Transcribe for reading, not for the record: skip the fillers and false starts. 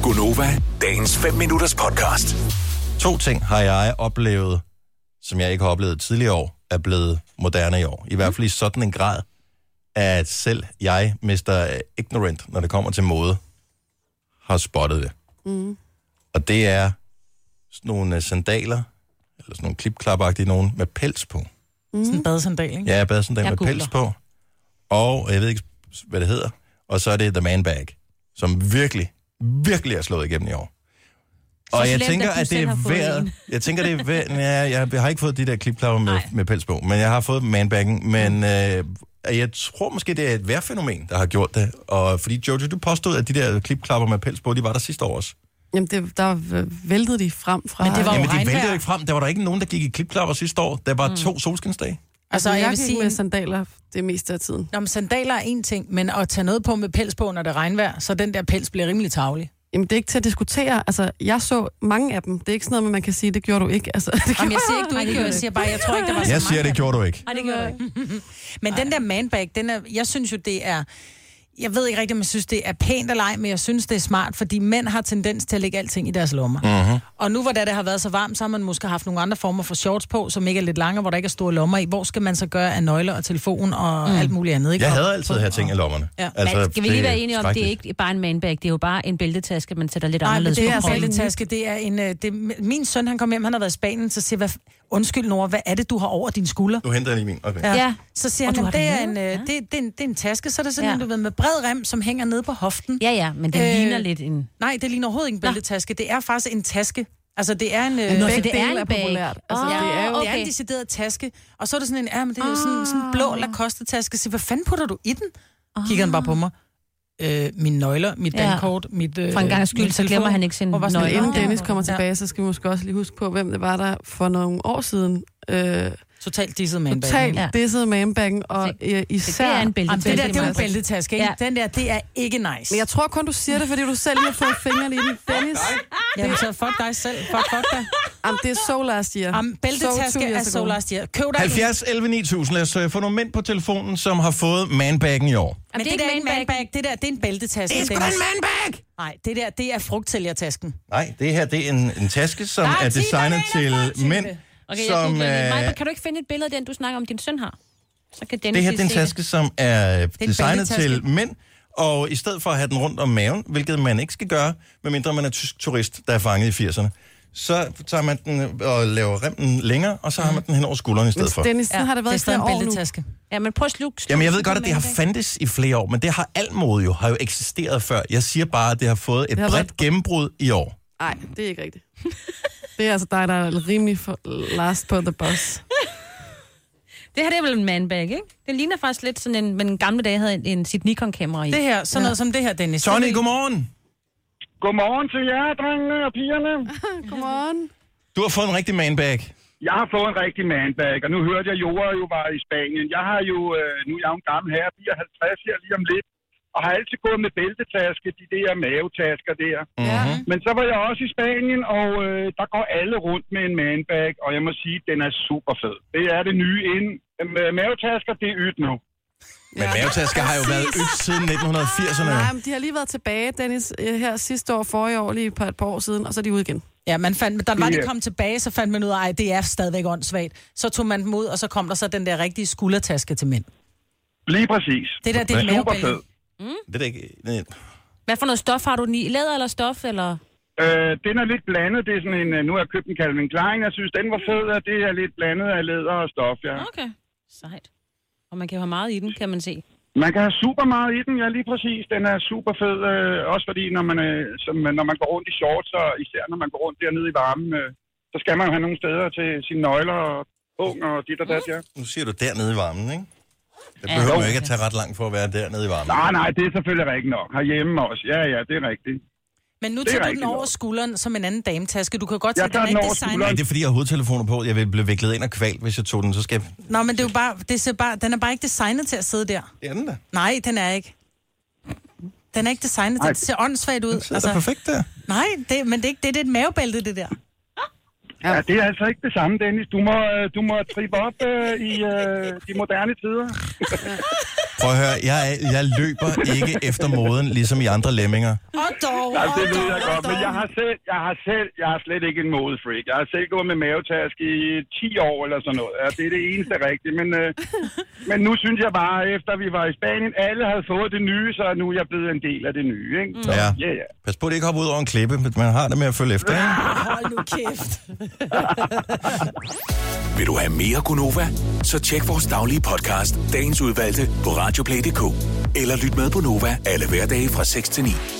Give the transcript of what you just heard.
Gonova, dagens 5 minutters podcast. 2 ting har jeg oplevet, som jeg ikke har oplevet tidligere år, er blevet moderne i år. I hvert fald i sådan en grad, at selv jeg, Mr. Ignorant, når det kommer til mode, har spottet det. Mm. Og det er sådan nogle sandaler, eller sådan nogle klipklapagtige nogen, med pels på. Mm. Sådan en badesandal, ikke? Ja, badesandal med pels på. Og jeg ved ikke, hvad det hedder. Og så er det The Man Bag, som virkelig er slået igennem i år. Og jeg tænker, at det er værd. Jeg tænker, det er værd. Ja, jeg har ikke fået de der klipklapper med pels på, men jeg har fået manbaggen. Men jeg tror måske, det er et vejrfænomen, der har gjort det. Og fordi, Jojo, du påstod, at de der klipklapper med pels på, de var der sidste år også. Jamen, der væltede de frem fra... Men det var de væltede jo ikke frem. Der var der ikke nogen, der gik i klipklapper sidste år. Der var 2 solskinsdage. Altså, jeg vil sige med sandaler det meste af tiden. Nå, men sandaler er en ting, men at tage noget på med pels på, når det regnvejr, så den der pels bliver rimelig tarvelig. Jamen, det er ikke til at diskutere. Altså, jeg så mange af dem. Det er ikke sådan noget, man kan sige, det gjorde du ikke. Altså, Jamen, jeg siger ikke, du ikke gjorde. Jeg siger bare, jeg tror ikke, der var så mange. Jeg siger, det gjorde du ikke. Nej, det gjorde du ikke. Men den der manbag, jeg synes jo, det er... Jeg ved ikke rigtig, om jeg synes, det er pænt eller ej, men jeg synes, det er smart, fordi mænd har tendens til at lægge alting i deres lommer. Uh-huh. Og nu, hvor det har været så varmt, så har man måske haft nogle andre former for shorts på, som ikke er lidt lange, hvor der ikke er store lommer i. Hvor skal man så gøre af nøgler og telefon og alt muligt andet? Ikke? Jeg havde altid her ting i lommerne. Ja. Altså, skal vi lige være enige om, det er ikke bare en manbag, det er jo bare en bæltetaske, man sætter lidt anderledes på. Nej, det er en bæltetaske. Det er en... min søn, han kom hjem, han har været i Spanien, så siger undskyld, Nora, hvad er det, du har over din skulder? Du henter lige min. Okay. Ja. Så siger han, det er en taske, så er det sådan en, du ved, med bred rem, som hænger nede på hoften. Ja, men det ligner lidt en... Nej, det ligner overhovedet ikke en bæltetaske. Det er faktisk en taske. Altså, det er en... det er populært. Altså, det er en decideret taske. Og så er det sådan en... men det er jo sådan en blå Lacoste-taske. Så hvad fanden putter du i den? Kigger han bare på mig. Mine nøgler, mit dankort, mit for en gang skyld, så glemmer han ikke sin nøgler. Inden Dennis kommer tilbage, så skal vi måske også lige huske på, hvem det var der for nogle år siden... Totalt disset manbaggen. Totalt disset manbaggen, og især... Det er en bæltetaske. Det er jo en bæltetaske, ikke? Ja. Den der, det er ikke nice. Men jeg tror kun, du siger det, fordi du selv har fået fingrene i den. Dennis. Jamen, så fuck dig selv. Fuck dig. Jamen, det er so last year. Bæltetaske er so last year. Køb dig 70 11 9000. Lad os få nogle mænd på telefonen, som har fået manbaggen i år. Men det er ikke en manbag. Det der, det er en bæltetaske. Det er sgu en manbag! Nej, det der, det er frugtsælgertasken. Nej, det her, det er en taske, som er designet til mænd. Okay, som, Maja, kan du ikke finde et billede af den, du snakker om, din søn har? Så kan Dennis det her er en taske, som er designet til mænd, og i stedet for at have den rundt om maven, hvilket man ikke skal gøre, medmindre man er tysk turist, der er fanget i 80'erne, så tager man den og laver remmen længere, og så har man den hen over skulderen i stedet for. Dennis, har det været i flere år nu. Ja, men prøv at slukke. Jamen, jeg ved godt, at det har fandtes i flere år, men det har almode jo, har jo eksisteret før. Jeg siger bare, at det har fået et bredt gennembrud i år. Nej, det er ikke rigtigt. Det er altså dig, der er rimelig last på the bus. Det her, det er vel en manbag, ikke? Det ligner faktisk lidt sådan en, men en gamle dage havde en sit Nikon-kamera i. Det her, sådan noget som det her, Dennis. Tony, godmorgen. Godmorgen til jer, drengene og pigerne. Godmorgen. Du har fået en rigtig manbag. Jeg har fået en rigtig manbag, og nu hørte jeg, Jora jo var i Spanien. Jeg har jo, nu er jeg en gammel herre, 54 her lige om lidt, og har altid gået med bæltetaske, de der mavetasker der. Mm-hmm. Men så var jeg også i Spanien, og der går alle rundt med en manbag, og jeg må sige, den er super fed. Det er det nye ind. Mavetasker, det er ydt nu. Men mavetasker har jo været ydt siden 1980'erne. Nej, men de har lige været tilbage, Dennis, her sidste år, forrige år, lige på et par år siden, og så er de ude igen. Ja, da de kom tilbage, så fandt man ud af, at det er stadigvæk åndssvagt. Så tog man dem ud, og så kom der så den der rigtige skuldertaske til mænd. Lige præcis. Det der, det er super fed. Det er ikke... Hvad for noget stof har du i? Læder eller stof, eller? Den er lidt blandet. Det er sådan en... Nu har jeg købt en Calvin Klein. Jeg synes, den var fed, og det er lidt blandet af læder og stof, ja. Okay. Sejt. Og man kan jo have meget i den, kan man se. Man kan have super meget i den, ja, lige præcis. Den er super fed, også fordi, når man går rundt i shorts, og især når man går rundt dernede i varmen, så skal man jo have nogle steder til sine nøgler og ung og dit og dat, ja. Nu siger du dernede i varmen, ikke? Det behøver man ikke at tage ret langt for at være dernede i varmen. Nej, det er selvfølgelig rigtigt nok. Herhjemme også. Ja, det er rigtigt. Men nu tager du den over skulderen som en anden dametaske. Du kan godt se, den er ikke designet. Nej, det er fordi, jeg har hovedtelefoner på. Jeg vil blive viklet ind og kvalt, hvis jeg tog den, så skal jeg... Nå, men det er jo bare, den er bare ikke designet til at sidde der. Det er den da. Nej, den er ikke. Den er ikke designet til. Det ser åndssvagt ud. Den sidder perfekt der. Nej, men det er et mavebælte, det der. Ja, det er altså ikke det samme, Dennis. Du må trippe op i de moderne tider. Prøv at høre, jeg løber ikke efter moden, ligesom i andre lemminger. Det ved jeg godt, men jeg har slet ikke en modefreak. Jeg har selv gået med mavetaske i 10 år eller sådan noget. Ja, det er det eneste rigtige, men nu synes jeg bare, efter vi var i Spanien, alle havde fået det nye, så nu er jeg blevet en del af det nye, ikke? Så, ja. Pas på, det ikke hopper ud over en klippe, men man har det med at følge efter, ikke? Hold nu kæft. Vil du have mere Gunova? Så tjek vores daglige podcast, dagens udvalgte, på radioplay.dk. Eller lyt med på Nova alle hverdage fra 6 til 9.